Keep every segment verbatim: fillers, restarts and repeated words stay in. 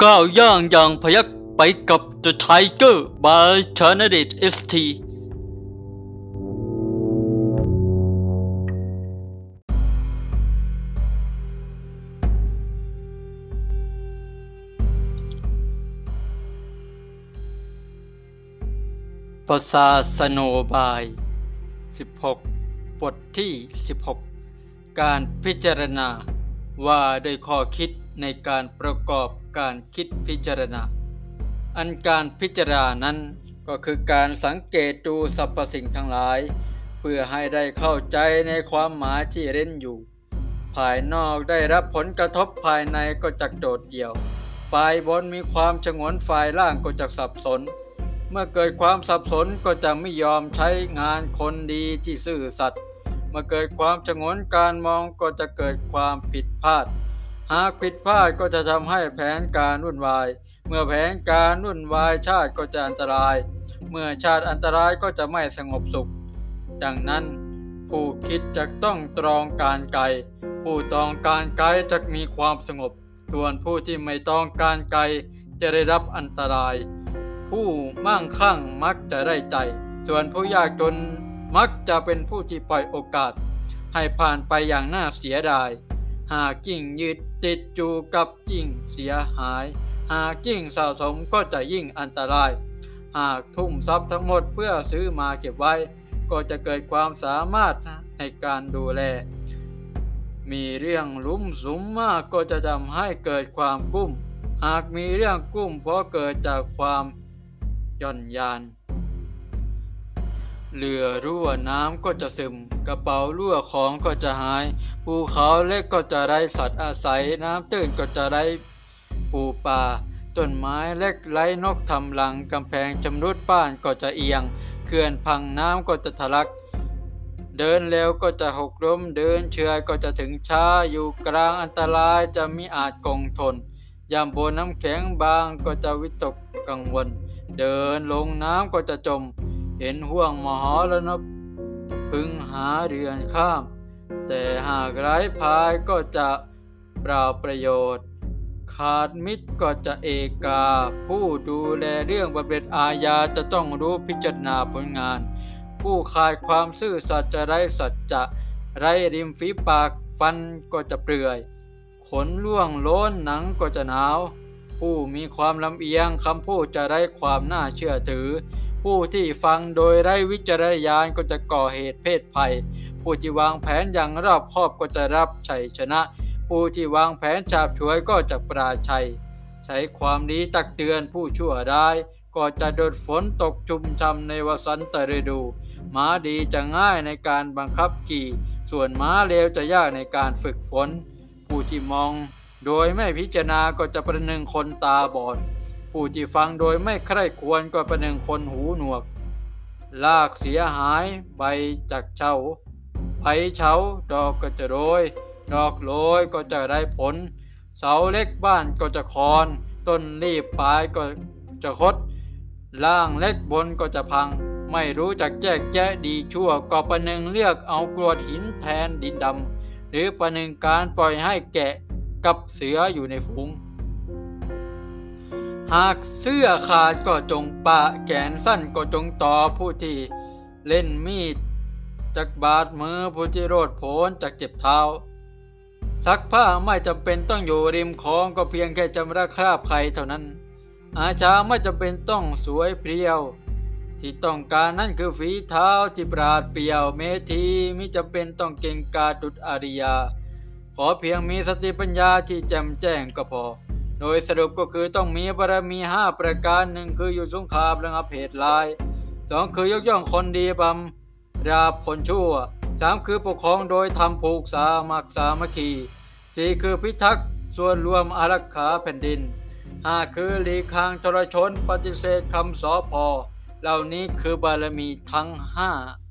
ก้าวย่างอย่างพยักไปกับ The Tiger by Chanadit เอส ที ภาษาสโนบาย สิบหก บทที่ สิบหก การพิจารณาว่าด้วยข้อคิดในการประกอบการคิดพิจารณาอันการพิจารณานั้นก็คือการสังเกตดูสรรพสิ่งทั้งหลายเพื่อให้ได้เข้าใจในความหมายที่เร้นอยู่ภายนอกได้รับผลกระทบภายในก็จักโดดเดี่ยวฝ่ายบนมีความฉงนฝ่ายล่างก็จักสับสนเมื่อเกิดความสับสนก็จะไม่ยอมใช้งานคนดีที่ซื่อสัตย์เมื่อเกิดความฉงนการมองก็จะเกิดความผิดพลาดหากผิดพลาดก็จะทำให้แผนการวุ่นวายเมื่อแผนการวุ่นวายชาติก็จะอันตรายเมื่อชาติอันตรายก็จะไม่สงบสุขดังนั้นผู้คิดจะต้องตรองการไกลผู้ต้องการไกลจะมีความสงบส่วนผู้ที่ไม่ต้องการไกลจะได้รับอันตรายผู้มั่งคั่งมักจะได้ใจส่วนผู้ยากจนมักจะเป็นผู้ที่ปล่อยโอกาสให้ผ่านไปอย่างน่าเสียดายหากยิ่งยึดติดอยู่กับยิ่งเสียหายหากยิ่งสะสมก็จะยิ่งอันตรายหากทุ่มทรัพย์ทั้งหมดเพื่อซื้อมาเก็บไว้ก็จะเกิดความสามารถในการดูแลมีเรื่องลุ่มสุมมากก็จะทำให้เกิดความกุ้มหากมีเรื่องกุ้มเพราะเกิดจากความหย่อนยานเรือรั่วน้ำก็จะซึมกระเป๋ารั่วของก็จะหายภูเขาเล็กก็จะไร้สัตว์อาศัยน้ำตื้นก็จะไร้ปูปลาต้นไม้เล็กไร้นกทำรังกำแพงชำรุดบ้านก็จะเอียงเขื่อนพังน้ำก็จะทะลักเดินเร็วก็จะหกล้มเดินเฉื่อยก็จะถึงช้าอยู่กลางอันตรายจะมิอาจคงทนยามบนน้ำแข็งบางก็จะวิตกกังวลเดินลงน้ำก็จะจมเห็นห่วงมหรณะพึงหาเรือนข้ามแต่หากไร้พายก็จะเปล่าประโยชน์ขาดมิตรก็จะเอกาผู้ดูแลเรื่องบำเพ็ญอาญาจะต้องรู้พิจารณาผลงานผู้ขาดความซื่อสัตย์จะไร้สัจจะไร้ริมฝีปากฟันก็จะเปลื่อยขนร่วงโล้นหนังก็จะหนาวผู้มีความลำเอียงคำพูดจะไร้ความน่าเชื่อถือผู้ที่ฟังโดยไร้วิจารณญาณก็จะก่อเหตุเพศภัยผู้ที่วางแผนอย่างรอบคอบก็จะรับชัยชนะผู้ที่วางแผนฉาบฉวยก็จะปราชัยใช้ความดีตักเตือนผู้ชั่วร้ายก็จะโดนฝนตกชุ่มช่ำในวสันตฤดูม้าดีจะง่ายในการบังคับขี่ส่วนม้าเลวจะยากในการฝึกฝนผู้ที่มองโดยไม่พิจารณาก็จะประหนึ่งคนตาบอดผู้ที่ฟังโดยไม่ใคร่ควรก็ประหนึ่งคนหูหนวกลากเสียหายใบจากเฉาใบเฉาดอกก็จะโรยดอกโรยก็จะได้ผลเสาเล็กบ้านก็จะคอนต้นรีบปลายก็จะคดล่างเล็กบนก็จะพังไม่รู้จักแยกแยะดีชั่วก็ประหนึ่งเลือกเอากรวดหินแทนดินดำหรือประหนึ่งการปล่อยให้แกะกับเสืออยู่ในฝูงหากเสื้อขาดก็จงปะแขนสั้นก็จงต่อผู้ที่เล่นมีดจักบาดมือผู้ที่โรดโผนจักเจ็บเท้าซักผ้าไม่จำเป็นต้องอยู่ริมคลองก็เพียงแค่จำระคราบใครเท่านั้นอาชาไม่จำเป็นต้องสวยเพรียวที่ต้องการนั่นคือฝีเท้าที่ปราดเปรียวเมธีมิจำเป็นต้องเก่งกาจดุจอาริยาขอเพียงมีสติปัญญาที่แจ่มแจ้งก็พอโดยสรุปก็คือต้องมีบารมีห้าประการหนึ่งคืออยู่สงครามระงับเหตุร้ายสองคือยกย่องคนดีบำราบคนชั่วสามคือปกครองโดยธรรมผูกสามัคสามัคคีสี่คือพิทักษ์ส่วนรวมอารักขาแผ่นดินห้าคือหลีกทางทรชนปฏิเสธคำสอพอเหล่านี้คือบารมีทั้งห้า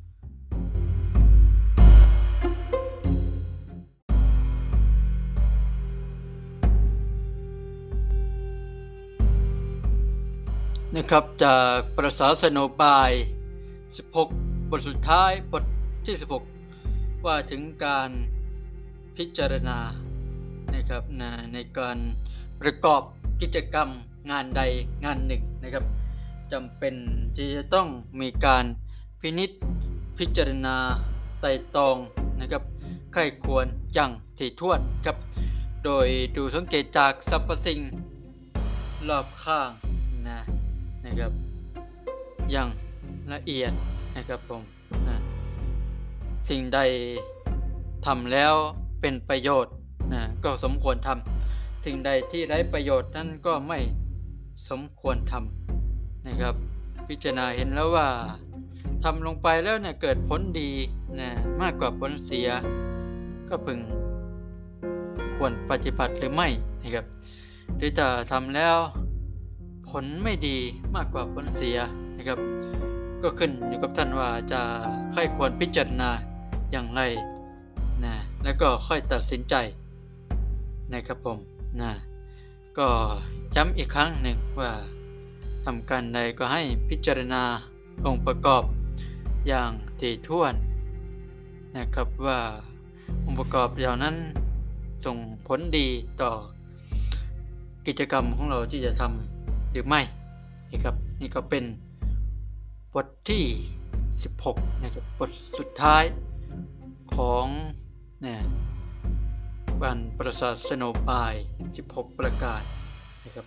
นะครับจากภาษาสโนบายสิบหกบทสุดท้ายบทที่สิบหกว่าถึงการพิจารณานะครับในในการประกอบกิจกรรมงานใดงานหนึ่งนะครับจำเป็นที่จะต้องมีการพินิจพิจารณาไตร่ตรองนะครับใคร่ควรอย่างถี่ถ้วนครับโดยดูสังเกตจากสรรพสิ่งรอบข้างนะนะครับอย่างละเอียดนะครับผมนะสิ่งใดทำแล้วเป็นประโยชน์นะก็สมควรทำสิ่งใดที่ไร้ประโยชน์นั้นก็ไม่สมควรทำนะครับพิจารณาเห็นแล้วว่าทำลงไปแล้วเนี่ยเกิดผลดีนะมากกว่าผลเสียก็พึงควรปฏิบัติหรือไม่นะครับหรือถ้าทำแล้วผลไม่ดีมากกว่าผลเสียนะครับก็ขึ้นอยู่กับท่านว่าจะใคร่ควรพิจารณาอย่างไรนะแล้วก็ค่อยตัดสินใจนะครับผมนะก็ย้ำอีกครั้งหนึ่งว่าทำการใดก็ให้พิจารณาองค์ประกอบอย่างถี่ถ้วนนะครับว่าองค์ประกอบเหล่านั้นส่งผลดีต่อกิจกรรมของเราที่จะทำหรือไม่นะครับนี่ก็เป็นบทที่สิบหกนะครับบทสุดท้ายของเนี่ยบรรพศาสโนบายสิบหกประการนะครับ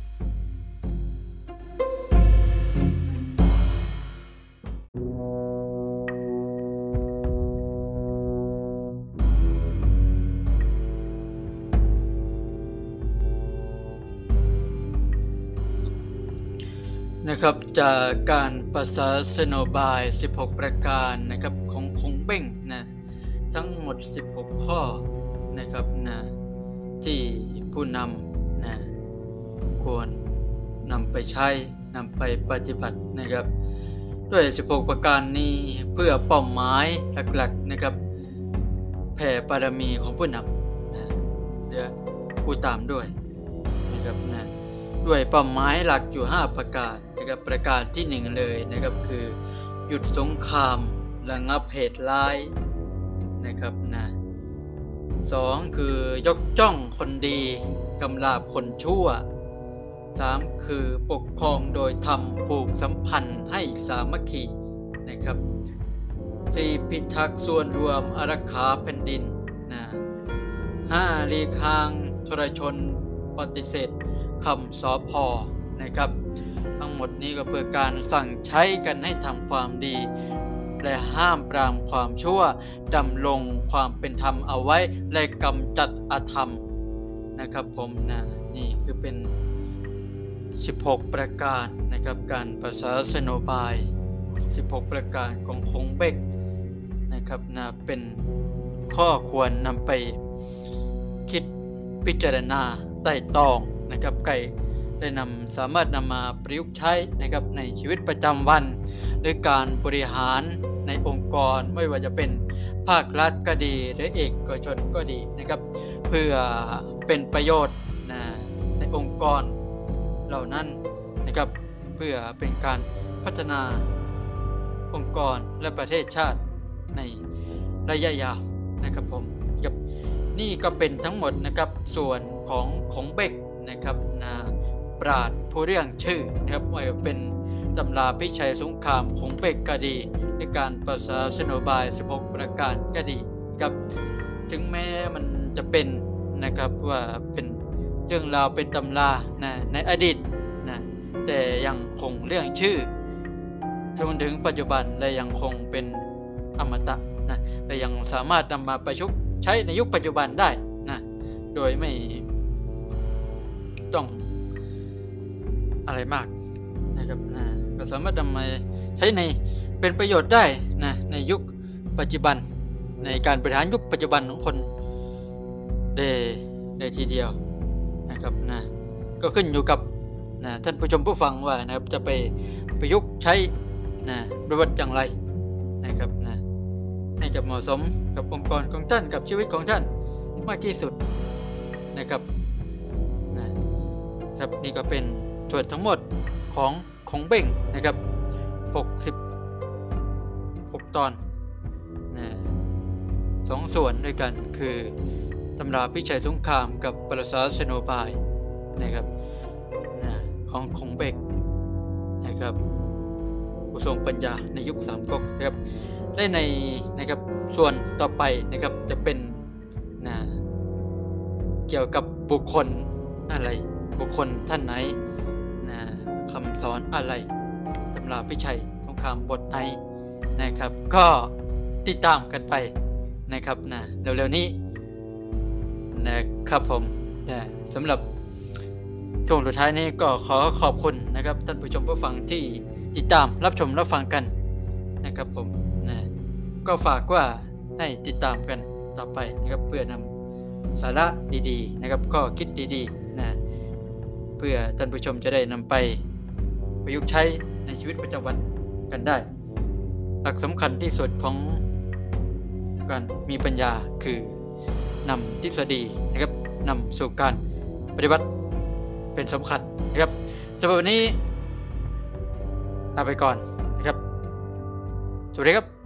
นะครับจากการประศาสนบายสิบหกประการนะครับของคงเบ้งนะทั้งหมดสิบหกข้อนะครับนะที่ผู้นำนะควรนำไปใช้นำไปปฏิบัตินะครับด้วยสิบหกประการนี้เพื่อเป้าหมายหลักๆนะครับแผ่บารมีของผู้นำนะและผู้ตามด้วยนะครับนะด้วยเป้าหมายหลักอยู่ห้าประการนะครับประการที่หนึ่งเลยนะครับคือหยุดสงครามระงับเหตุร้ายนะครับนะสองคือยกจ้องคนดีกำราบคนชั่วสามคือปกครองโดยธรรมผูกสัมพันธ์ให้สามัคคีนะครับสี่พิทักษ์ส่วนรวมอารักขาแผ่นดินนะห้าหลีกทางทรชนปฏิเสธคำสอพอนะครับทั้งหมดนี้ก็เพื่อการสั่งใช้กันให้ทำความดีและห้ามปรามความชั่วดำรงความเป็นธรรมเอาไว้และกำจัดอธรรมนะครับผมนะนี่คือเป็นสิบหกประการนะครับการประศาสนบายสิบหกประการของคงเบ้งนะครับนะเป็นข้อควรนำไปคิดพิจารณาไต่ตรองนะครับไก่ได้นำสามารถนำมาประยุกต์ใช้นะครับในชีวิตประจำวันหรือการบริหารในองค์กรไม่ว่าจะเป็นภาครัฐก็ดีหรือเอกชนก็ดีนะครับเพื่อเป็นประโยชน์นะในองค์กรเหล่านั้นนะครับเพื่อเป็นการพัฒนาองค์กรและประเทศชาติในระยะยาวนะครับผมกับนี่ก็เป็นทั้งหมดนะครับส่วนของของเบกนะครับนะปราชญ์ผู้เรื่องชื่อนะครับว่าเป็นตำราพิชัยสงครามของเบกก็ดีในการประศาสนบายสิบหกประการก็ดีครับถึงแม้มันจะเป็นนะครับว่าเป็นเรื่องราวเป็นตำรานะในอดีตนะแต่ยังคงเรื่องชื่อจนถึงปัจจุบันและยังคงเป็นอมตะนะและยังสามารถนำมาประยุกต์ใช้ในยุคปัจจุบันได้นะโดยไม่ต้องอะไรมากนะครับนะก็สามารถนำมาใช้ในเป็นประโยชน์ได้นะในยุคปัจจุบันในการบริหารยุคปัจจุบันของคนได้ได้ทีเดียวนะครับนะก็ขึ้นอยู่กับนะท่านผู้ชมผู้ฟังว่านะครับจะไปประยุกต์ใช้นะประวัติอย่างไรนะครับนะให้จะเหมาะสมกับองค์กรของท่านกับชีวิตของท่านมากที่สุดนะครับนะครับนี่ก็เป็นส่วนทั้งหมดของของเบ้งนะครับหกสิบหกตอนนะสองส่วนด้วยกันคือตำราพิชัยสงครามกับประศาสนบายนะครับของคงเบกนะครับผู้ทรงปัญญาในยุคสามก๊กนะครับได้ในนะครับส่วนต่อไปนะครับจะเป็นนะเกี่ยวกับบุคคลอะไรบุคคลท่านไหนนะคำสอนอะไรตำราพิชัยสงครามบทไหนนะครับก็ติดตามกันไปนะครับนะเร็วๆนี้นะครับผมนะสำหรับช่วงสุดท้ายนี้ก็ขอขอบคุณนะครับท่านผู้ชมผู้ฟังที่ติดตามรับชมรับฟังกันนะครับผมนะก็ฝากว่าให้ติดตามกันต่อไปนะครับเพื่อนำสาระดีๆนะครับก็คิดดีๆนะเพื่อท่านผู้ชมจะได้นำไปประยุกต์ใช้ในชีวิตประจำวันกันได้หลักสำคัญที่สุดของการมีปัญญาคือนำทฤษฎีนะครับนำสู่การปฏิบัติเป็นสำคัญนะครับสำหรับวันนี้ลาไปก่อนนะครับสวัสดีครับ